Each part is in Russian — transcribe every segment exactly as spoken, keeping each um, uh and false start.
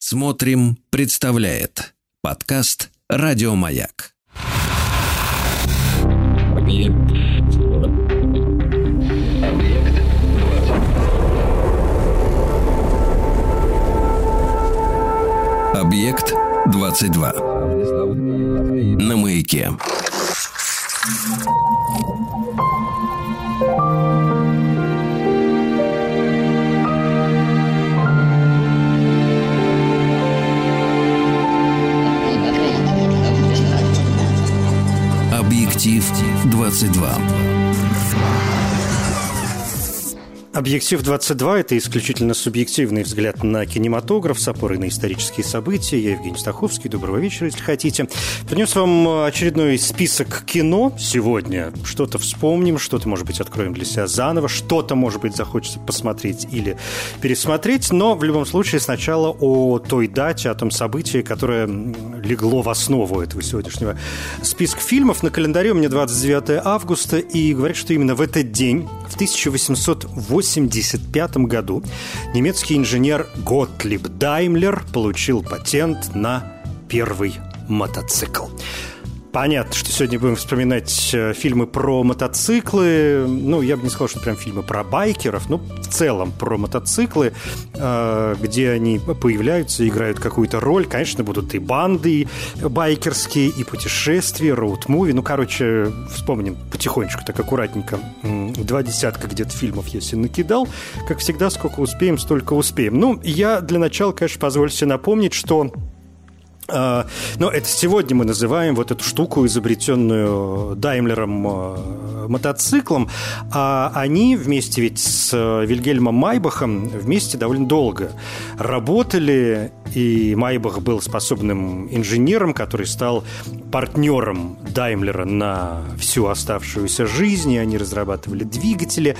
Смотрим, представляет подкаст «Радио Маяк». Объект двадцать два. На Маяке. Объектив двадцать два. Объектив двадцать два – это исключительно субъективный взгляд на кинематограф с опорой на исторические события. Я Евгений Стаховский. Доброго вечера, если хотите. Принес вам очередной список кино сегодня. Что-то вспомним, что-то, может быть, откроем для себя заново, что-то, может быть, захочется посмотреть или пересмотреть. Но в любом случае сначала о той дате, о том событии, которое легло в основу этого сегодняшнего списка фильмов. На календаре у меня двадцать девятое августа, и говорят, что именно в этот день, в тысяча восемьсот восемьдесят пятом году, немецкий инженер Готлиб Даймлер получил патент на первый мотоцикл. Понятно, что сегодня будем вспоминать фильмы про мотоциклы. Ну, я бы не сказал, что прям фильмы про байкеров, но в целом про мотоциклы, где они появляются, играют какую-то роль. Конечно, будут и банды байкерские, и путешествия, роуд-муви. Ну, короче, вспомним потихонечку, так аккуратненько. Два десятка где-то фильмов я себе накидал. Как всегда, сколько успеем, столько успеем. Ну, я для начала, конечно, позволю себе напомнить, что... Но это сегодня мы называем вот эту штуку, изобретенную Даймлером мотоциклом. А они вместе ведь с Вильгельмом Майбахом вместе довольно долго работали. И Майбах был способным инженером, который стал партнером Даймлера на всю оставшуюся жизнь. И они разрабатывали двигатели.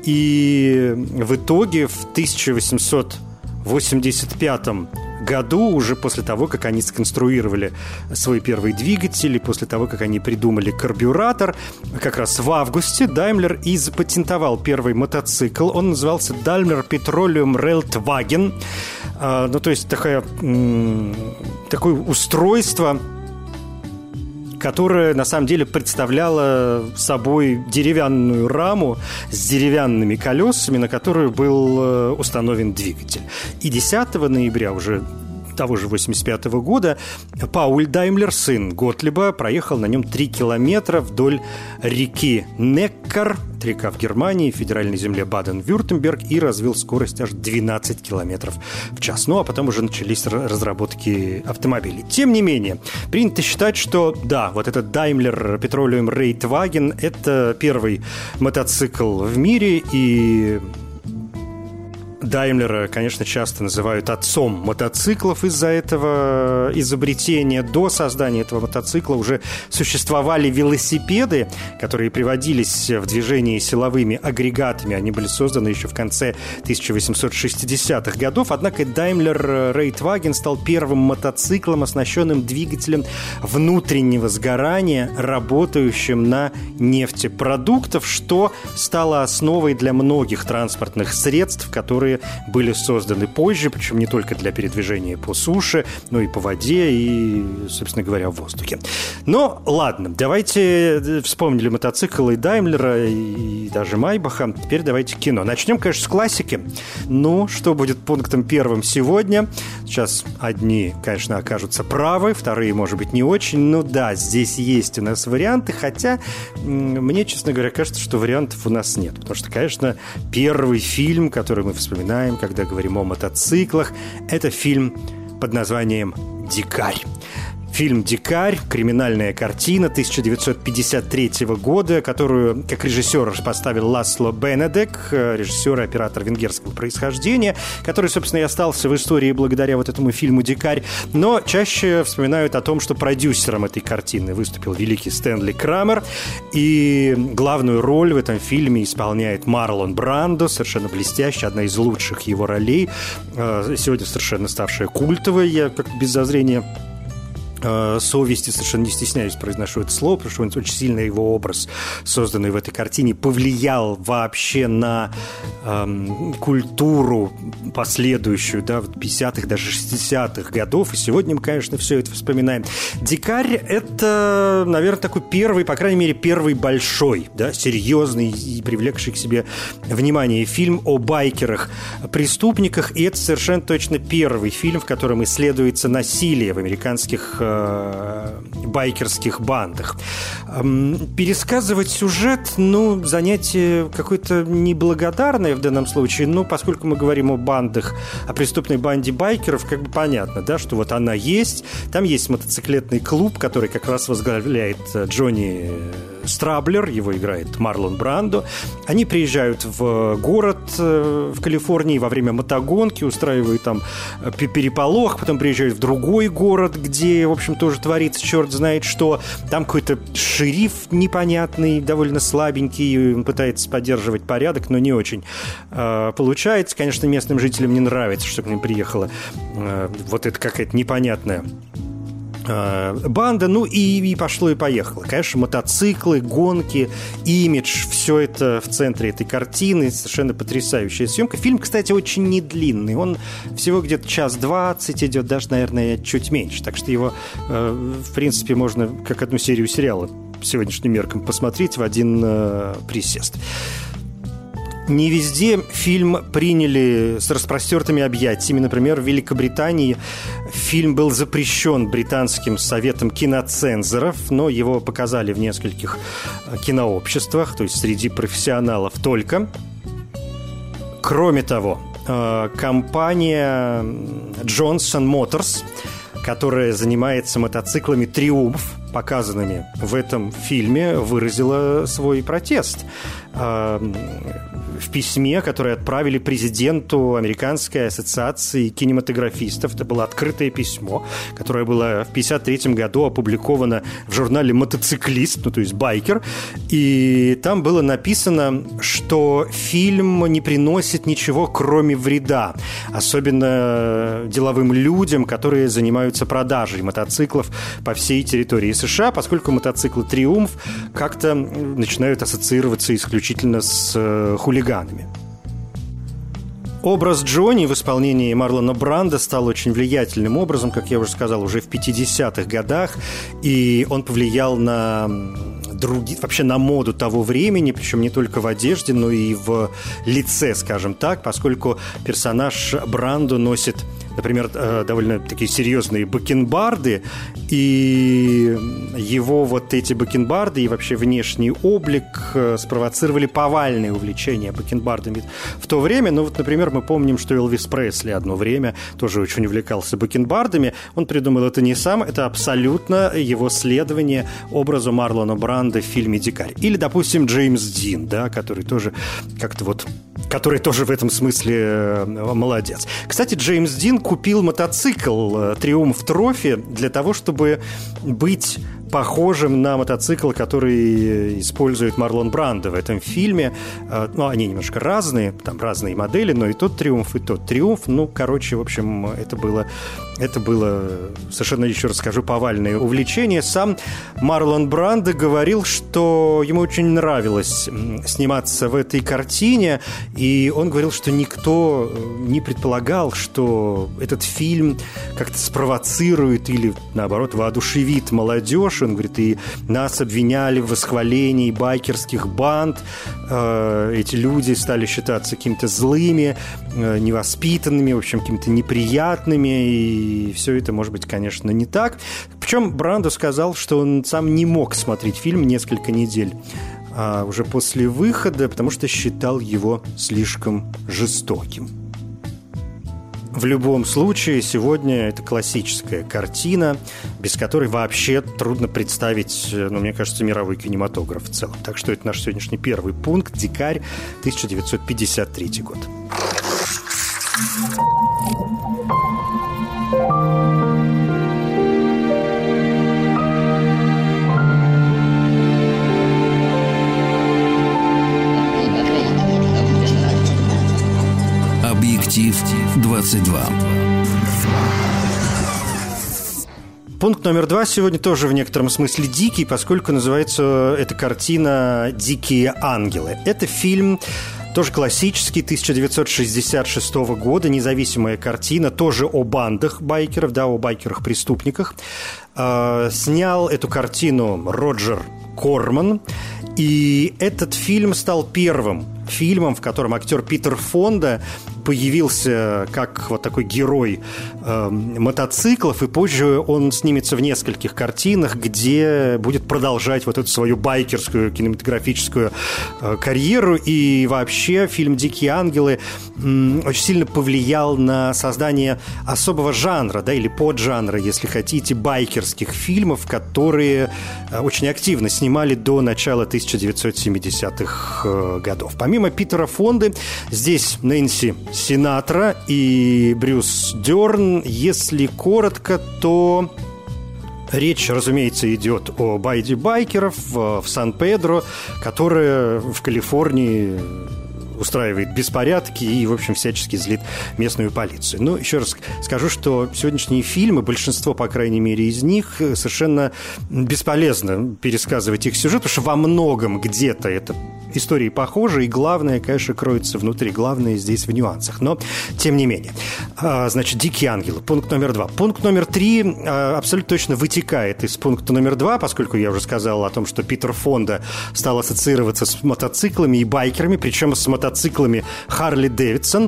И в итоге в тысяча восемьсот восемьдесят пятом году, уже после того, как они сконструировали свой первый двигатель, и после того, как они придумали карбюратор, как раз в августе Даймлер и запатентовал первый мотоцикл. Он назывался Daimler Petroleum Rältwagen. А, ну, то есть такое, м- такое устройство, которая на самом деле представляла собой деревянную раму с деревянными колесами, на которую был установлен двигатель. И десятого ноября уже того же восемьдесят пятого года Пауль Даймлер, сын Готлиба, проехал на нем три километра вдоль реки Неккар, река в Германии, федеральной земле Баден-Вюртемберг, и развил скорость аж двенадцать километров в час. Ну, а потом уже начались разработки автомобилей. Тем не менее, принято считать, что да, вот этот Daimler Petroleum Rältwagen – это первый мотоцикл в мире, и Даймлера, конечно, часто называют отцом мотоциклов из-за этого изобретения. До создания этого мотоцикла уже существовали велосипеды, которые приводились в движение силовыми агрегатами. Они были созданы еще в конце тысяча восемьсот шестидесятых годов. Однако Daimler Rältwagen стал первым мотоциклом, оснащенным двигателем внутреннего сгорания, работающим на нефтепродуктах, что стало основой для многих транспортных средств, которые были созданы позже, причем не только для передвижения по суше, но и по воде, и, собственно говоря, в воздухе. Но ладно, давайте вспомнили мотоциклы Даймлера и даже Майбаха. Теперь давайте кино. Начнем, конечно, с классики. Ну, что будет пунктом первым сегодня? Сейчас одни, конечно, окажутся правы, вторые, может быть, не очень. Ну да, здесь есть у нас варианты, хотя мне, честно говоря, кажется, что вариантов у нас нет. Потому что, конечно, первый фильм, который мы вспоминаем, когда говорим о мотоциклах, это фильм под названием «Дикарь». Фильм «Дикарь», криминальная картина тысяча девятьсот пятьдесят третьего года, которую как режиссер поставил Ласло Бенедек, режиссер и оператор венгерского происхождения, который, собственно, и остался в истории благодаря вот этому фильму «Дикарь». Но чаще вспоминают о том, что продюсером этой картины выступил великий Стэнли Крамер, и главную роль в этом фильме исполняет Марлон Брандо, совершенно блестящая, одна из лучших его ролей, сегодня совершенно ставшая культовой, я как без зазрения совести, совершенно не стесняюсь, произношу это слово, потому что он очень сильно, его образ, созданный в этой картине, повлиял вообще на эм, культуру последующую, да, в пятидесятых, даже шестидесятых годов, и сегодня мы, конечно, все это вспоминаем. «Дикарь» — это, наверное, такой первый, по крайней мере, первый большой, да, серьезный и привлекший к себе внимание фильм о байкерах-преступниках, и это совершенно точно первый фильм, в котором исследуется насилие в американских байкерских бандах. Пересказывать сюжет, ну, занятие какое-то неблагодарное в данном случае, но поскольку мы говорим о бандах, о преступной банде байкеров, как бы понятно, да, что вот она есть. Там есть мотоциклетный клуб, который как раз возглавляет Джонни Страблер, его играет Марлон Брандо. Они приезжают в город в Калифорнии во время мотогонки, устраивают там переполох, потом приезжают в другой город, где, в общем, тоже творится черт знает что. Там какой-то шериф непонятный, довольно слабенький, он пытается поддерживать порядок, но не очень э, получается. Конечно, местным жителям не нравится, что к ним приехала э, вот эта какая-то непонятная банда, ну и, и пошло и поехало. Конечно, мотоциклы, гонки, имидж, все это в центре этой картины, совершенно потрясающая съемка. Фильм, кстати, очень недлинный, он всего где-то час двадцать идет, даже, наверное, чуть меньше, так что его, в принципе, можно как одну серию сериала сегодняшним меркам посмотреть в один присест. Не везде фильм приняли с распростертыми объятиями. Например, в Великобритании фильм был запрещен британским советом киноцензоров, но его показали в нескольких кинообществах, то есть среди профессионалов только. Кроме того, компания Johnson Motors, которая занимается мотоциклами «Триумф», показанными в этом фильме, выразила свой протест в письме, которое отправили президенту Американской ассоциации кинематографистов. Это было открытое письмо, которое было в пятьдесят третьем году опубликовано в журнале «Мотоциклист», ну, то есть «Байкер». И там было написано, что фильм не приносит ничего, кроме вреда. Особенно деловым людям, которые занимаются продажей мотоциклов по всей территории США, поскольку мотоциклы «Триумф» как-то начинают ассоциироваться исключительно с хулиганами. Образ Джонни в исполнении Марлона Брандо стал очень влиятельным образом, как я уже сказал, уже в пятидесятых годах, и он повлиял на другие, вообще на моду того времени, причем не только в одежде, но и в лице, скажем так, поскольку персонаж Брандо носит, например, довольно такие серьезные бакенбарды, и его вот эти бакенбарды и вообще внешний облик спровоцировали повальное увлечение бакенбардами в то время. Ну вот, например, мы помним, что Элвис Пресли одно время тоже очень увлекался бакенбардами. Он придумал это не сам, это абсолютно его следование образу Марлона Брандо в фильме «Дикарь». Или, допустим, Джеймс Дин, да, который тоже как-то вот, который тоже в этом смысле молодец. Кстати, Джеймс Дин купил мотоцикл «Триумф Трофи» для того, чтобы быть похожим на мотоцикл, который использует Марлон Брандо в этом фильме. Ну, они немножко разные, там разные модели, но и тот «Триумф», и тот «Триумф». Ну, короче, в общем, это было, это было совершенно, еще раз скажу, повальное увлечение. Сам Марлон Брандо говорил, что ему очень нравилось сниматься в этой картине, и он говорил, что никто не предполагал, что этот фильм как-то спровоцирует или, наоборот, воодушевит молодежь. Он говорит, и нас обвиняли в восхвалении байкерских банд. Эти люди стали считаться какими-то злыми, невоспитанными, в общем, какими-то неприятными. И все это, может быть, конечно, не так. Причем Брандо сказал, что он сам не мог смотреть фильм несколько недель а уже после выхода, потому что считал его слишком жестоким. В любом случае, сегодня это классическая картина, без которой вообще трудно представить, ну, мне кажется, мировой кинематограф в целом. Так что это наш сегодняшний первый пункт «Дикарь», тысяча девятьсот пятьдесят третий год. Объектив двадцать два. Пункт номер два сегодня тоже в некотором смысле дикий, поскольку называется эта картина «Дикие ангелы». Это фильм тоже классический, тысяча девятьсот шестьдесят шестого года, независимая картина, тоже о бандах байкеров, да, о байкерах-преступниках. Э, снял эту картину Роджер Корман, и этот фильм стал первым фильмом, в котором актер Питер Фонда появился как вот такой герой э, мотоциклов, и позже он снимется в нескольких картинах, где будет продолжать вот эту свою байкерскую кинематографическую э, карьеру. И вообще фильм «Дикие ангелы» м, очень сильно повлиял на создание особого жанра, да, или поджанра, если хотите, байкерских фильмов, которые э, очень активно снимали до начала тысяча девятьсот семидесятых э, годов. Помимо Питера Фонды, здесь Нэнси Синатра и Брюс Дерн. Если коротко, то речь, разумеется, идет о банде байкеров в Сан-Педро, которая в Калифорнии устраивает беспорядки и, в общем, всячески злит местную полицию. Но еще раз скажу, что сегодняшние фильмы, большинство, по крайней мере, из них, совершенно бесполезно пересказывать их сюжет, потому что во многом где-то это истории похожи, и главное, конечно, кроется внутри. Главное здесь в нюансах. Но, тем не менее. Значит, «Дикие ангелы». Пункт номер два. Пункт номер три абсолютно точно вытекает из пункта номер два, поскольку я уже сказал о том, что Питер Фонда стал ассоциироваться с мотоциклами и байкерами, причем с мотоциклами Харли Дэвидсон.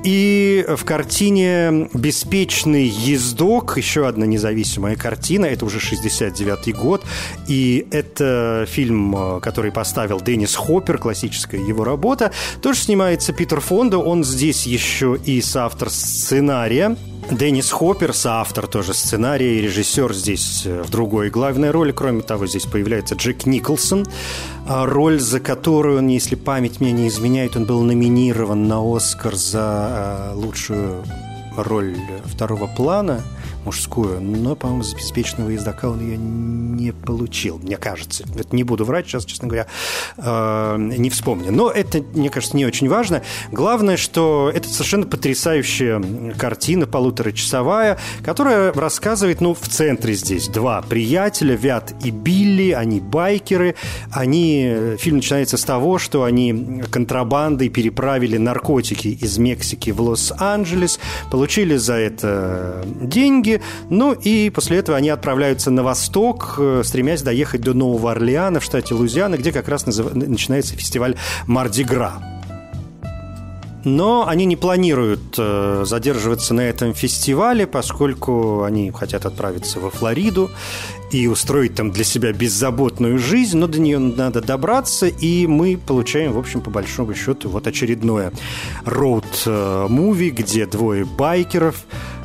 И в картине «Беспечный ездок», еще одна независимая картина, это уже шестьдесят девятый год, и это фильм, который поставил Деннис Хоппер, классическая его работа. Тоже снимается Питер Фонда, он здесь еще и соавтор сценария. Деннис Хоппер, соавтор тоже сценария и режиссер здесь в другой главной роли. Кроме того, здесь появляется Джек Николсон, роль, за которую он, если память мне не изменяет, он был номинирован на «Оскар» за лучшую роль второго плана, мужскую, но, по-моему, за «Беспечного ездока» он ее не получил, мне кажется. Это не буду врать сейчас, честно говоря, э, не вспомню. Но это, мне кажется, не очень важно. Главное, что это совершенно потрясающая картина, полуторачасовая, которая рассказывает, ну, в центре здесь два приятеля, Вят и Билли, они байкеры. Они, фильм начинается с того, что они контрабандой переправили наркотики из Мексики в Лос-Анджелес, получили за это деньги. Ну и после этого они отправляются на восток, стремясь доехать до Нового Орлеана в штате Луизиана, где как раз назыв... начинается фестиваль Марди-Гра. Но они не планируют задерживаться на этом фестивале, поскольку они хотят отправиться во Флориду и устроить там для себя беззаботную жизнь, но до нее надо добраться, и мы получаем, в общем, по большому счету, вот очередное роуд-муви, где двое байкеров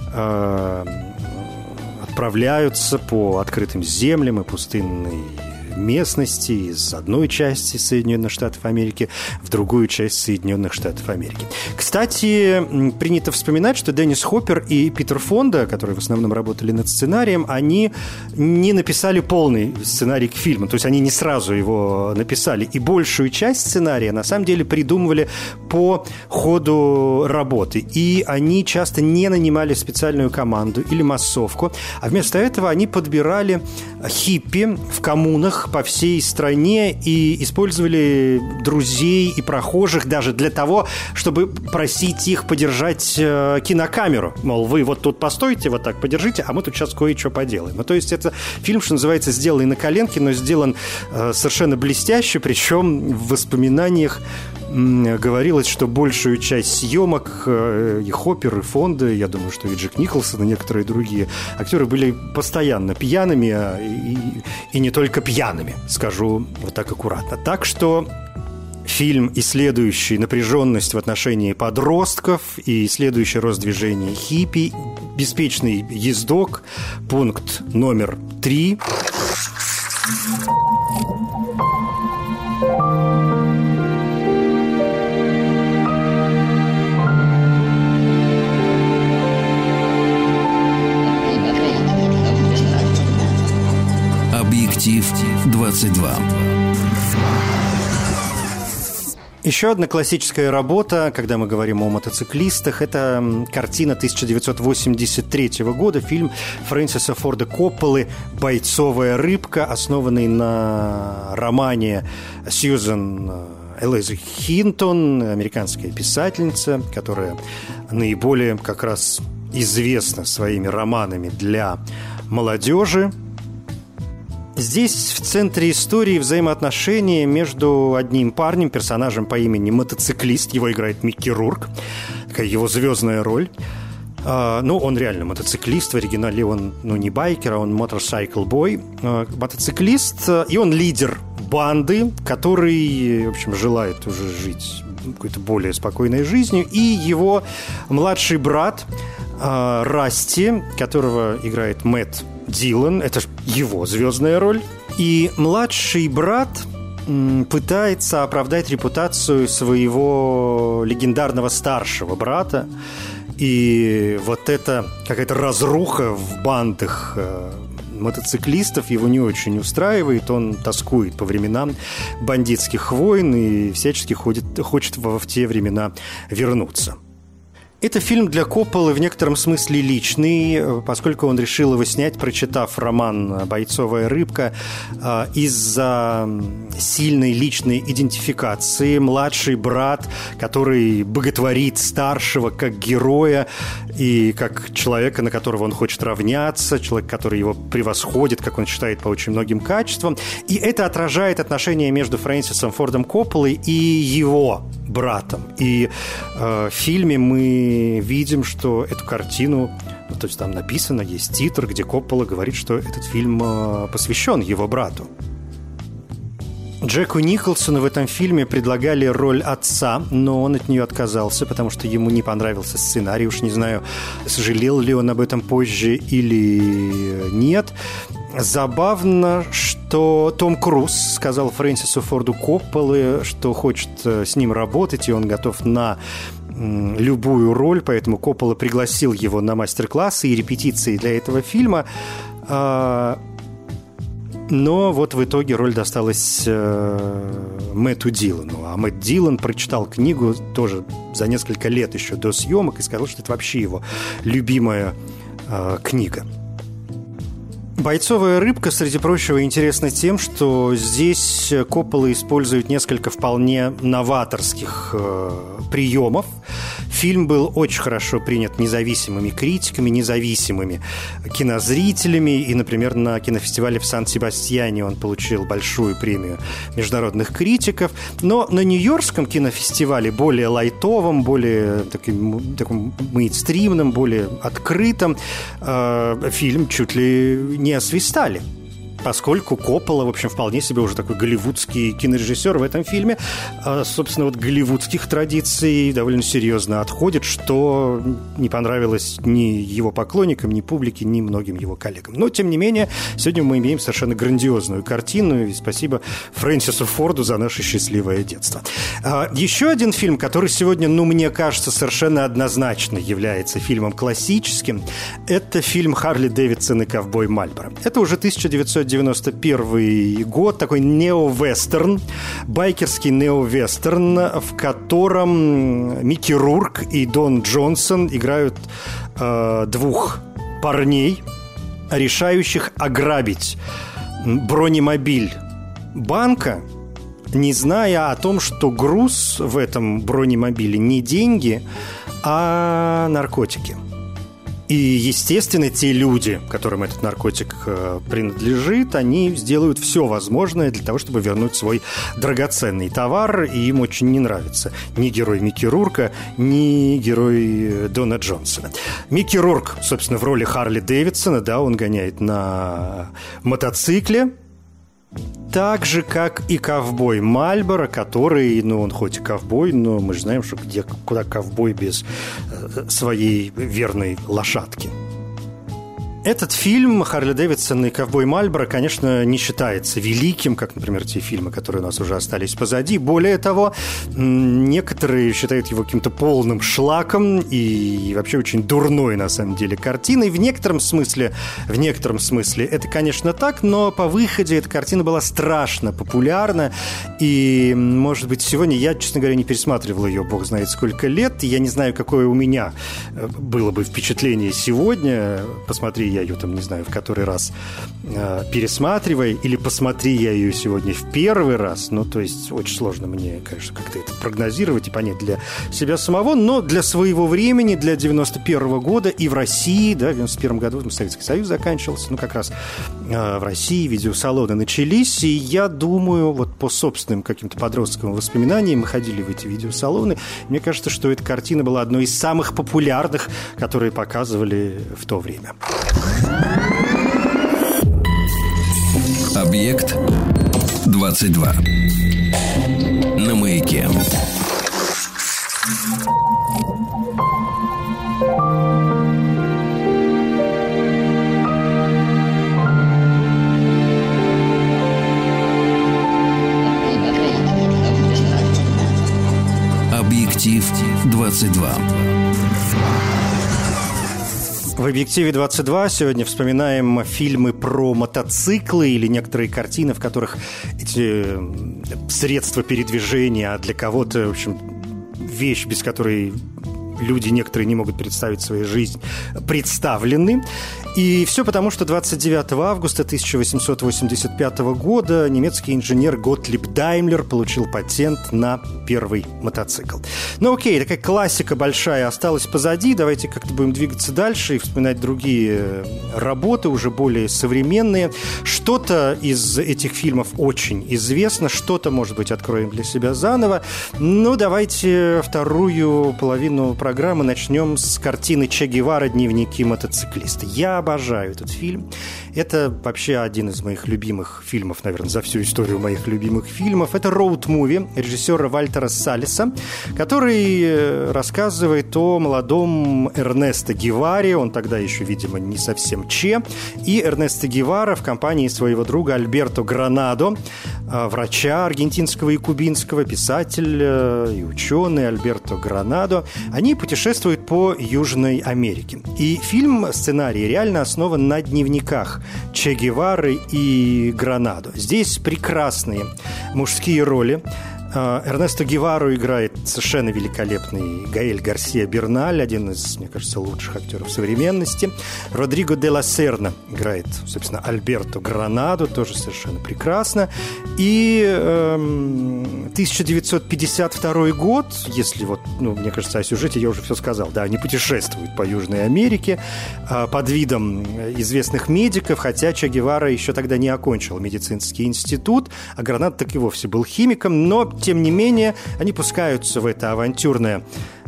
отправляются по открытым землям и пустынной местности из одной части Соединенных Штатов Америки в другую часть Соединенных Штатов Америки. Кстати, принято вспоминать, что Деннис Хоппер и Питер Фонда, которые в основном работали над сценарием, они не написали полный сценарий к фильму, то есть они не сразу его написали, и большую часть сценария на самом деле придумывали по ходу работы, и они часто не нанимали специальную команду или массовку, а вместо этого они подбирали хиппи в коммунах по всей стране и использовали друзей и прохожих даже для того, чтобы просить их подержать э, кинокамеру. Мол, вы вот тут постойте, вот так подержите, а мы тут сейчас кое-что поделаем. Ну, то есть это фильм, что называется, сделанный на коленке, но сделан э, совершенно блестяще, причем в воспоминаниях м, говорилось, что большую часть съемок э, и Хоппер, и Фонда, я думаю, что и Джек Николсон, и некоторые другие актеры были постоянно пьяными, а, и, и не только пьяными, скажу вот так аккуратно. Так что фильм, исследующий напряженность в отношении подростков и исследующий рост движения хиппи, «Беспечный ездок», пункт номер три. Объектив двадцать два. Еще одна классическая работа, когда мы говорим о мотоциклистах, это картина тысяча девятьсот восемьдесят третьего года, фильм Фрэнсиса Форда Копполы «Бойцовая рыбка», основанный на романе Сьюзен Элизы Хинтон, американская писательница, которая наиболее как раз известна своими романами для молодежи. Здесь в центре истории взаимоотношения между одним парнем, персонажем по имени Мотоциклист, его играет Микки Рурк, такая его звездная роль. А, ну, он реально мотоциклист, в оригинале он, ну, не байкер, а он motorcycle boy, а, мотоциклист, и он лидер банды, который, в общем, желает уже жить какой-то более спокойной жизнью, и его младший брат а, Расти, которого играет Мэтт Дилан, это его звездная роль. И младший брат м, пытается оправдать репутацию своего легендарного старшего брата. И вот эта какая-то разруха в бандах э, мотоциклистов его не очень устраивает. Он тоскует по временам бандитских войн и всячески ходит, хочет в, в те времена вернуться. Это фильм для Копполы в некотором смысле личный, поскольку он решил его снять, прочитав роман «Бойцовая рыбка», из-за сильной личной идентификации. Младший брат, который боготворит старшего как героя и как человека, на которого он хочет равняться, человек, который его превосходит, как он считает, по очень многим качествам. И это отражает отношения между Фрэнсисом Фордом Копполой и его братом. И э, в фильме мы видим, что эту картину, ну, то есть там написано, есть титр, где Коппола говорит, что этот фильм э, посвящен его брату. Джеку Николсону в этом фильме предлагали роль отца, но он от нее отказался, потому что ему не понравился сценарий. Уж не знаю, сожалел ли он об этом позже или нет. Забавно, что Том Круз сказал Фрэнсису Форду Копполе, что хочет с ним работать, и он готов на любую роль, поэтому Коппола пригласил его на мастер-классы и репетиции для этого фильма. Но вот в итоге роль досталась э, Мэтту Дилану. А Мэтт Дилан прочитал книгу тоже за несколько лет еще до съемок и сказал, что это вообще его любимая э, книга. «Бойцовая рыбка», среди прочего, интересна тем, что здесь Коппола использует несколько вполне новаторских э, приемов. Фильм был очень хорошо принят независимыми критиками, независимыми кинозрителями. И, например, на кинофестивале в Сан-Себастьяне он получил большую премию международных критиков. Но на Нью-Йоркском кинофестивале, более лайтовом, более таким, таким мейнстримным, более открытым, э, фильм чуть ли не освистали. Поскольку Коппола, в общем, вполне себе уже такой голливудский кинорежиссер в этом фильме, собственно, вот голливудских традиций довольно серьезно отходит, что не понравилось ни его поклонникам, ни публике, ни многим его коллегам. Но, тем не менее, сегодня мы имеем совершенно грандиозную картину, и спасибо Фрэнсису Форду за наше счастливое детство. Еще один фильм, который сегодня, ну, мне кажется, совершенно однозначно является фильмом классическим, это фильм «Харли Дэвидсон и ковбой Мальборо». Это уже тысяча девятьсот девяносто первый год, такой нео-вестерн, байкерский нео-вестерн, в котором Микки Рурк и Дон Джонсон играют э, двух парней, решающих ограбить бронемобиль банка, не зная о том, что груз в этом бронемобиле не деньги, а наркотики. И, естественно, те люди, которым этот наркотик э, принадлежит, они сделают все возможное для того, чтобы вернуть свой драгоценный товар, и им очень не нравится ни герой Микки Рурка, ни герой Дона Джонсона. Микки Рурк, собственно, в роли Харли Дэвидсона, да, он гоняет на мотоцикле, так же, как и ковбой Мальборо, который, ну, он хоть и ковбой, но мы же знаем, что где, куда ковбой без э, своей верной лошадки. Этот фильм «Харли Дэвидсон и ковбой Мальборо», конечно, не считается великим, как, например, те фильмы, которые у нас уже остались позади. Более того, некоторые считают его каким-то полным шлаком и вообще очень дурной, на самом деле, картиной. В некотором смысле, в некотором смысле это, конечно, так, но по выходе эта картина была страшно популярна. И, может быть, сегодня я, честно говоря, не пересматривал ее, бог знает сколько лет. Я не знаю, какое у меня было бы впечатление сегодня. Посмотри я ее там, не знаю, в который раз э, пересматривая, или посмотри я ее сегодня в первый раз. Ну, то есть очень сложно мне, конечно, как-то это прогнозировать и понять для себя самого, но для своего времени, для девяносто первого года и в России, да, в девяносто первом году Советский Союз заканчивался, ну, как раз э, в России видеосалоны начались, и я думаю, вот по собственным каким-то подростковым воспоминаниям, мы ходили в эти видеосалоны, мне кажется, что эта картина была одной из самых популярных, которые показывали в то время. Объект двадцать два. На маяке. Объектив двадцать два. В «Объективе двадцать два» сегодня вспоминаем фильмы про мотоциклы или некоторые картины, в которых эти средства передвижения, а для кого-то, в общем, вещь, без которой люди некоторые не могут представить свою жизнь, представлены. И все потому, что двадцать девятого августа тысяча восемьсот восемьдесят пятого года немецкий инженер Готлиб Даймлер получил патент на первый мотоцикл. Ну окей, такая классика большая осталась позади. Давайте как-то будем двигаться дальше и вспоминать другие работы, уже более современные. Что-то из этих фильмов очень известно, что-то, может быть, откроем для себя заново. Ну, давайте вторую половину программы начнем с картины Че Гевара «Дневники мотоциклиста». Я обожаю этот фильм. Это вообще один из моих любимых фильмов, наверное, за всю историю моих любимых фильмов. Это роуд-муви режиссера Вальтера Саллеса, который рассказывает о молодом Эрнесто Геваре, он тогда еще, видимо, не совсем Че, и Эрнесто Гевара в компании своего друга Альберто Гранадо, врача аргентинского и кубинского, писатель и ученый Альберто Гранадо, они путешествуют по Южной Америке. И фильм, сценарий реально основан на дневниках Че Гевары и Гранадо. Здесь прекрасные мужские роли. Эрнесто Гевару играет совершенно великолепный Гаэль Гарсия Берналь, один из, мне кажется, лучших актеров современности. Родриго де ла Серна играет, собственно, Альберто Гранадо, тоже совершенно прекрасно. И эм, тысяча девятьсот пятьдесят второй год, если вот, ну, мне кажется, о сюжете я уже все сказал, да, они путешествуют по Южной Америке э, под видом известных медиков, хотя Че Гевара еще тогда не окончил медицинский институт, а Гранадо так и вовсе был химиком, но тем не менее, они пускаются в это авантюрное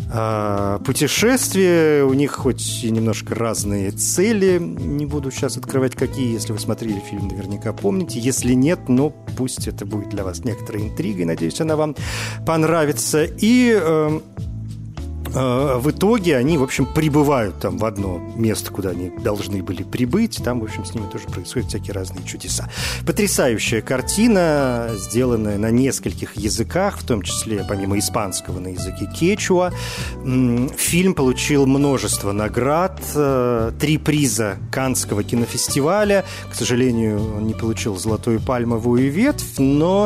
э, путешествие. У них хоть и немножко разные цели. Не буду сейчас открывать, какие. Если вы смотрели фильм, наверняка помните. Если нет, ну, пусть это будет для вас некоторой интригой. Надеюсь, она вам понравится. И... Э, в итоге они, в общем, прибывают там в одно место, куда они должны были прибыть. Там, в общем, с ними тоже происходят всякие разные чудеса. Потрясающая картина, сделанная на нескольких языках, в том числе, помимо испанского, на языке кечуа. Фильм получил множество наград, три приза Каннского кинофестиваля. К сожалению, он не получил золотую пальмовую ветвь, но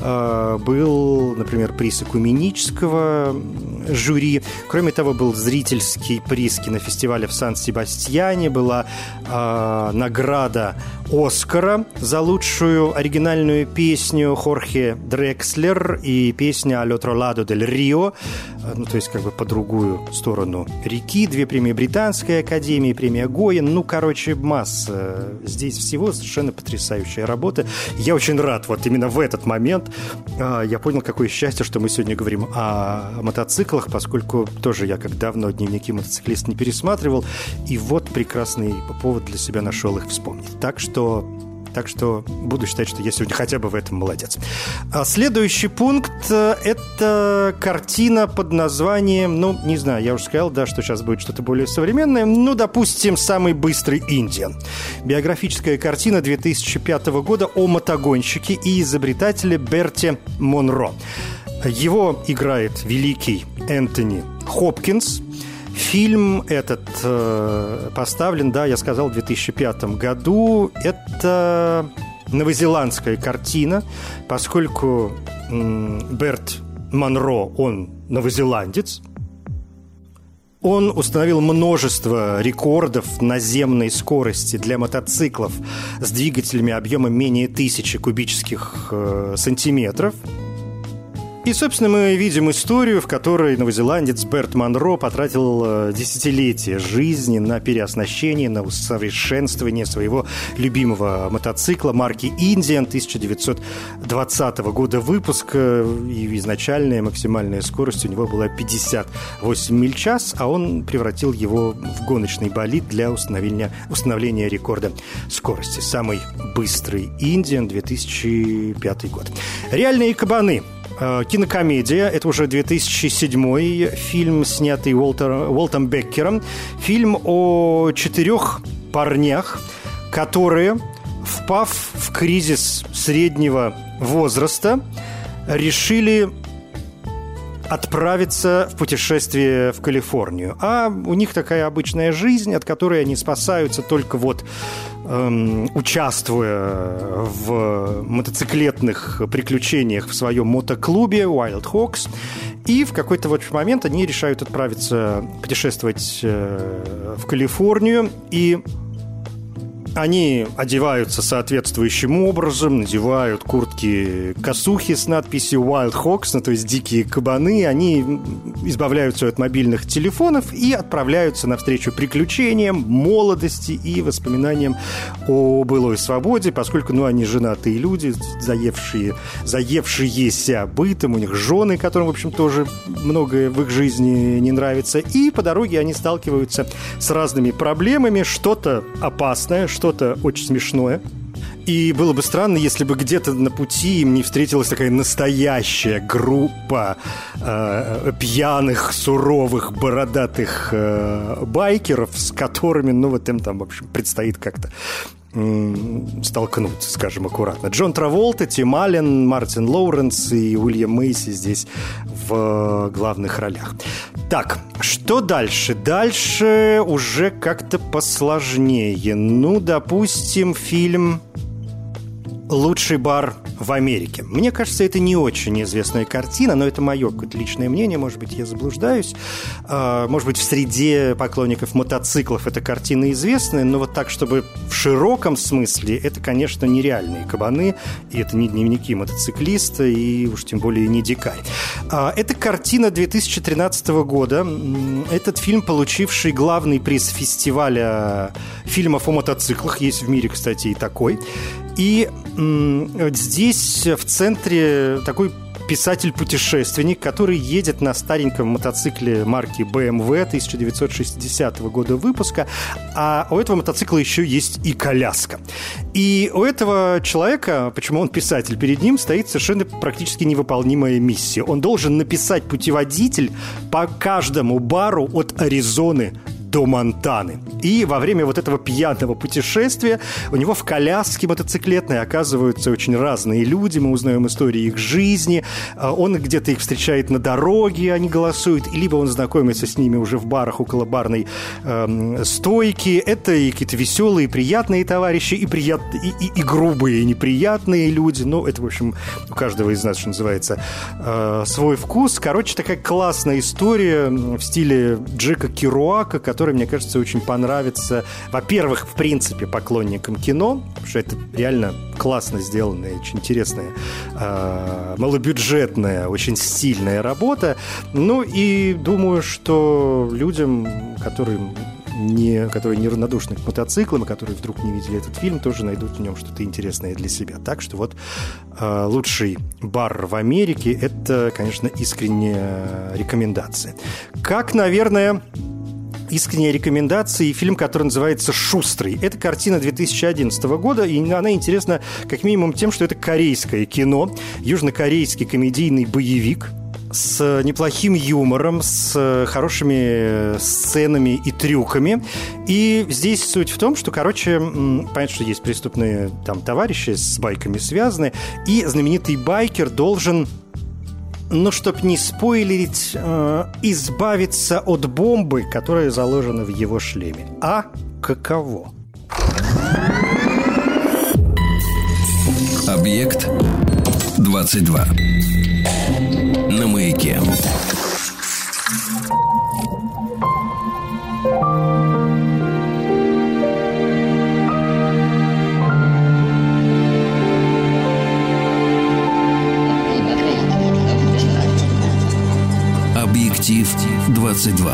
был, например, приз экуменического жюри. Кроме того, был зрительский приз кинофестиваля в Сан-Себастьяне, была э, награда Оскара за лучшую оригинальную песню Хорхе Дрекслер и песня «Al otro lado del Rio», ну, то есть как бы по другую сторону реки, две премии Британской академии, премия Гоен, ну, короче, масса здесь всего, совершенно потрясающая работа. Я очень рад, вот именно в этот момент э, я понял, какое счастье, что мы сегодня говорим о мотоциклах, поскольку тоже я как давно дневники мотоциклиста не пересматривал, и вот прекрасный повод для себя нашел их вспомнить. Так что Так что буду считать, что я сегодня хотя бы в этом молодец. А следующий пункт – это картина под названием, ну, не знаю, я уже сказал, да, что сейчас будет что-то более современное, ну, допустим, «Самый быстрый Индиан». Биографическая картина две тысячи пятого года о мотогонщике и изобретателе Берте Монро. Его играет великий Энтони Хопкинс. Фильм этот э, поставлен, да, я сказал, в две тысячи пятом году. Это новозеландская картина, поскольку м, Берт Монро, он новозеландец. Он установил множество рекордов наземной скорости для мотоциклов с двигателями объемом менее тысячи кубических э, сантиметров. И, собственно, мы видим историю, в которой новозеландец Берт Монро потратил десятилетия жизни на переоснащение, на усовершенствование своего любимого мотоцикла марки «Индиан» тысяча девятьсот двадцатого года выпуска. И изначальная максимальная скорость у него была пятьдесят восемь миль в час, а он превратил его в гоночный болид для установления, установления рекорда скорости. Самый быстрый «Индиан», две тысячи пятый год. «Реальные кабаны». Кинокомедия. Это уже две тысячи седьмой фильм, снятый Уолтер, Уолтом Беккером. Фильм о четырех парнях, которые, впав в кризис среднего возраста, решили отправиться в путешествие в Калифорнию. А у них такая обычная жизнь, от которой они спасаются только вот эм, участвуя в мотоциклетных приключениях в своем мотоклубе Wild Hawks. И в какой-то вот момент они решают отправиться путешествовать э, в Калифорнию. И они одеваются соответствующим образом, надевают куртки-косухи с надписью Wild Hawks, ну, то есть дикие кабаны. Они избавляются от мобильных телефонов и отправляются навстречу приключениям, молодости и воспоминаниям о былой свободе, поскольку, ну, они женатые люди, заевшие, заевшиеся бытом, у них жены, которым, в общем, тоже многое в их жизни не нравится. И по дороге они сталкиваются с разными проблемами, что-то опасное, что-то очень смешное. И было бы странно, если бы где-то на пути им не встретилась такая настоящая группа э, пьяных, суровых, бородатых э, байкеров, с которыми, ну, вот им там, в общем, предстоит как-то столкнуться, скажем аккуратно. Джон Траволта, Тим Аллен, Мартин Лоуренс и Уильям Мейси здесь в главных ролях. Так, что дальше? Дальше уже как-то посложнее. Ну, допустим, фильм «Лучший бар в Америке». Мне кажется, это не очень известная картина, но это мое какое-то личное мнение, может быть, я заблуждаюсь. Может быть, в среде поклонников мотоциклов эта картина известная, но вот так, чтобы в широком смысле, это, конечно, нереальные кабаны, и это не дневники мотоциклиста, и уж тем более не дикарь. Это картина две тысячи тринадцатого года. Этот фильм, получивший главный приз фестиваля фильмов о мотоциклах, есть в мире, кстати, и такой. И м- здесь в центре такой писатель-путешественник, который едет на стареньком мотоцикле марки бэ эм вэ тысяча девятьсот шестидесятого года выпуска, а у этого мотоцикла еще есть и коляска. И у этого человека, почему он писатель, перед ним стоит совершенно практически невыполнимая миссия. Он должен написать путеводитель по каждому бару от Аризоны до Монтаны. И во время вот этого пьяного путешествия у него в коляске мотоциклетной оказываются очень разные люди, мы узнаем истории их жизни, он где-то их встречает на дороге, они голосуют, либо он знакомится с ними уже в барах около барной э, стойки. Это и какие-то веселые, приятные товарищи, и, прият... и, и, и грубые, и неприятные люди. Ну, это, в общем, у каждого из нас, что называется, э, свой вкус. Короче, такая классная история в стиле Джека Керуака, который, мне кажется, очень понравится, во-первых, в принципе, поклонникам кино, потому что это реально классно сделанная, очень интересная, э, малобюджетная, очень стильная работа. Ну и думаю, что людям, которым не, которые неравнодушны к мотоциклам, и которые вдруг не видели этот фильм, тоже найдут в нем что-то интересное для себя. Так что вот э, «Лучший бар в Америке» — это, конечно, искренняя рекомендация. Как, наверное, искренняя рекомендация и фильм, который называется «Шустрый». Это картина две тысячи одиннадцатого года, и она интересна как минимум тем, что это корейское кино, южнокорейский комедийный боевик с неплохим юмором, с хорошими сценами и трюками. И здесь суть в том, что, короче, понятно, что есть преступные там товарищи с байками связаны, и знаменитый байкер должен, ну, чтоб не спойлерить, э, избавиться от бомбы, которая заложена в его шлеме. А каково? Объект двадцать два. На маяке. Объектив двадцать два.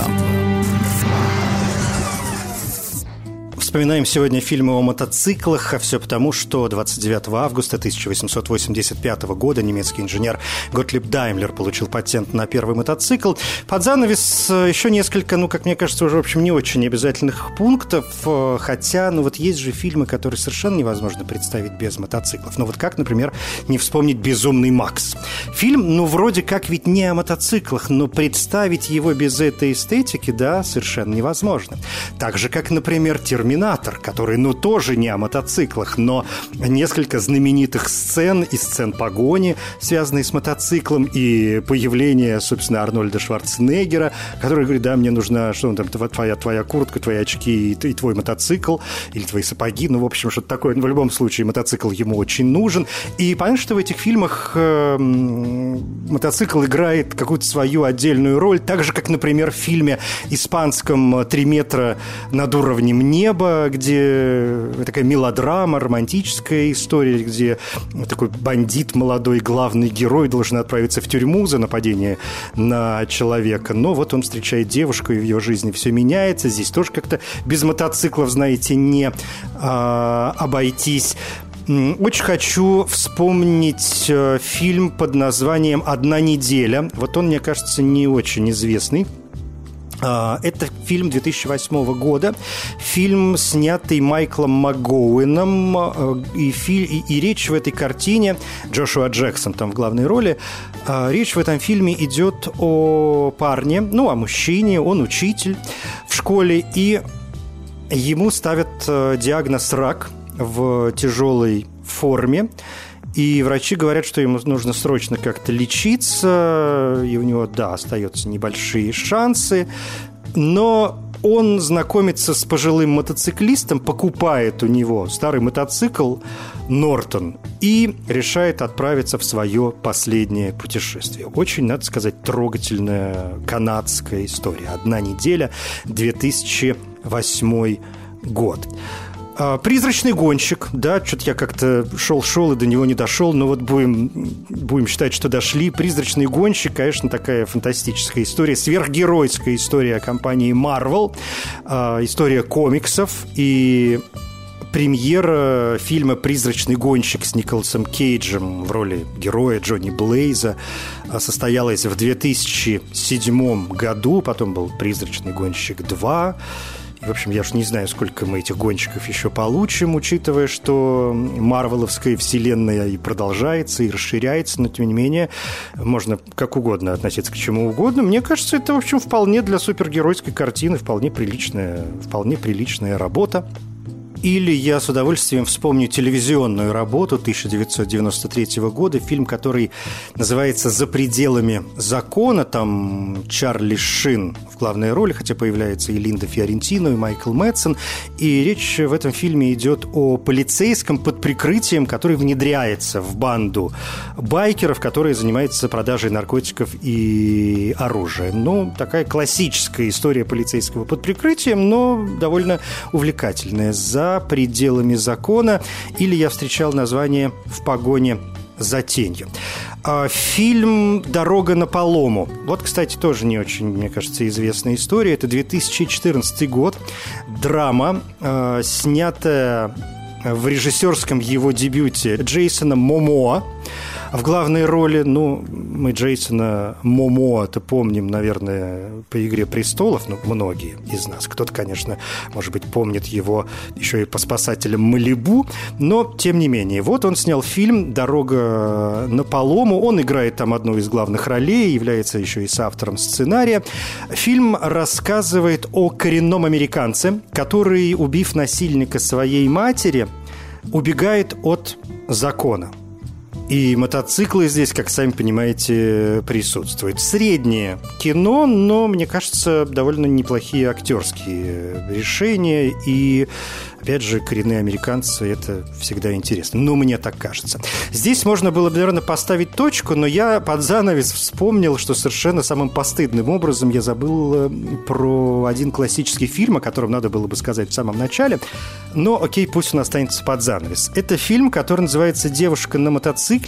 Вспоминаем сегодня фильмы о мотоциклах, а все потому, что двадцать девятого августа тысяча восемьсот восемьдесят пятого года немецкий инженер Готлиб Даймлер получил патент на первый мотоцикл. Под занавес еще несколько, ну, как мне кажется, уже, в общем, не очень обязательных пунктов, хотя, ну, вот есть же фильмы, которые совершенно невозможно представить без мотоциклов. Ну, вот как, например, не вспомнить «Безумный Макс». Фильм, ну, вроде как ведь не о мотоциклах, но представить его без этой эстетики, да, совершенно невозможно. Так же, как, например, «Терминатор», который, ну, тоже не о мотоциклах, но несколько знаменитых сцен и сцен погони, связанные с мотоциклом, и появление, собственно, Арнольда Шварценеггера, который говорит: да, мне нужна, что там, твоя, твоя куртка, твои очки и, и твой мотоцикл, или твои сапоги, ну, в общем, что-то такое. В любом случае, мотоцикл ему очень нужен. И понятно, что в этих фильмах э, мотоцикл играет какую-то свою отдельную роль, так же, как, например, в фильме испанском «Три метра над уровнем неба», где такая мелодрама, романтическая история, где такой бандит, молодой главный герой должен отправиться в тюрьму за нападение на человека. Но вот он встречает девушку, и в ее жизни все меняется. Здесь тоже как-то без мотоциклов, знаете, не а, обойтись. Очень хочу вспомнить фильм под названием «Одна неделя». Вот он, мне кажется, не очень известный. Это фильм две тысячи восьмого года, фильм, снятый Майклом МакГоуэном, и, фи- и, и речь в этой картине, Джошуа Джексон там в главной роли, речь в этом фильме идет о парне, ну, о мужчине, он учитель в школе, и ему ставят диагноз рак в тяжелой форме. И врачи говорят, что ему нужно срочно как-то лечиться, и у него, да, остаются небольшие шансы, но он знакомится с пожилым мотоциклистом, покупает у него старый мотоцикл «Нортон» и решает отправиться в свое последнее путешествие. Очень, надо сказать, трогательная канадская история. «Одна неделя», две тысячи восьмой год. «Призрачный гонщик», да, что-то я как-то шел-шел и до него не дошел, но вот будем, будем считать, что дошли. «Призрачный гонщик», конечно, такая фантастическая история, сверхгеройская история компании Marvel, история комиксов, и премьера фильма «Призрачный гонщик» с Николасом Кейджем в роли героя Джонни Блейза состоялась в две тысячи седьмом году, потом был «Призрачный гонщик два». В общем, я уж не знаю, сколько мы этих гонщиков еще получим, учитывая, что марвеловская вселенная и продолжается, и расширяется, но, тем не менее, можно как угодно относиться к чему угодно. Мне кажется, это, в общем, вполне для супергеройской картины вполне приличная, вполне приличная работа. Или я с удовольствием вспомню телевизионную работу тысяча девятьсот девяносто третьего года, фильм, который называется «За пределами закона». Там Чарли Шин в главной роли, хотя появляется и Линда Фиорентино, и Майкл Мэдсон. И речь в этом фильме идет о полицейском под прикрытием, который внедряется в банду байкеров, которые занимаются продажей наркотиков и оружия. Ну, такая классическая история полицейского под прикрытием, но довольно увлекательная. «За пределами закона», или я встречал название «В погоне за тенью». Фильм «Дорога на Палому». Вот, кстати, тоже не очень, мне кажется, известная история. Это две тысячи четырнадцатый год. Драма, снятая в режиссерском его дебюте Джейсоном Момоа. В главной роли, ну, мы Джейсона Момоа-то помним, наверное, по «Игре престолов», ну, многие из нас. Кто-то, конечно, может быть, помнит его еще и по «Спасателям Малибу», но, тем не менее, вот он снял фильм «Дорога на Палому». Он играет там одну из главных ролей, является еще и соавтором сценария. Фильм рассказывает о коренном американце, который, убив насильника своей матери, убегает от закона. И мотоциклы здесь, как сами понимаете, присутствуют. Среднее кино, но, мне кажется, довольно неплохие актерские решения. И, опять же, коренные американцы – это всегда интересно. Ну, мне так кажется. Здесь можно было бы, наверное, поставить точку, но я под занавес вспомнил, что совершенно самым постыдным образом я забыл про один классический фильм, о котором надо было бы сказать в самом начале. Но, окей, пусть он останется под занавес. Это фильм, который называется «Девушка на мотоцикле»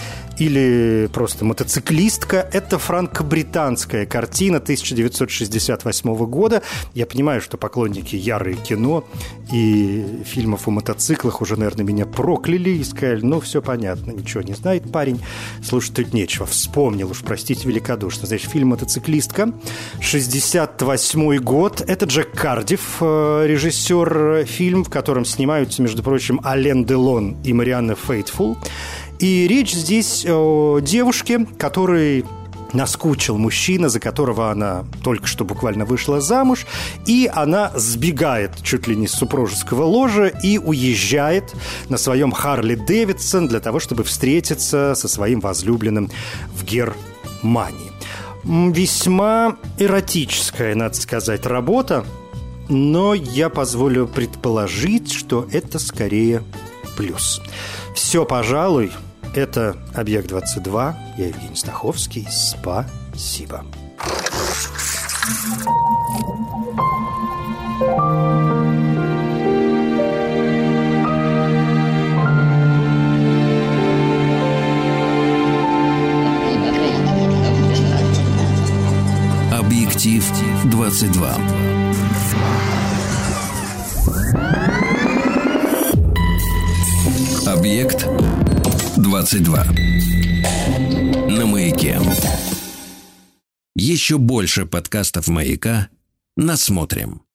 или просто «Мотоциклистка». Это франко-британская картина тысяча девятьсот шестьдесят восьмого года. Я понимаю, что поклонники ярые кино и фильмов о мотоциклах уже, наверное, меня прокляли и сказали: ну, все понятно, ничего не знает парень, слушать тут нечего. Вспомнил уж, простите великодушно. Значит, фильм «Мотоциклистка», шестьдесят восьмой год. Это Джек Кардифф, режиссер. Фильм, в котором снимаются, между прочим, Ален Делон и Марианна Фейтфул. И речь здесь о девушке, которой наскучил мужчина, за которого она только что буквально вышла замуж, и она сбегает чуть ли не с супружеского ложа и уезжает на своем Харли Дэвидсон для того, чтобы встретиться со своим возлюбленным в Германии. Весьма эротическая, надо сказать, работа, но я позволю предположить, что это скорее плюс. Все, пожалуй. Это «Объект двадцать два». Я Евгений Стаховский. Спасибо. «Объектив двадцать два». Объект двадцать два. На Маяке. Еще больше подкастов Маяка насмотрим.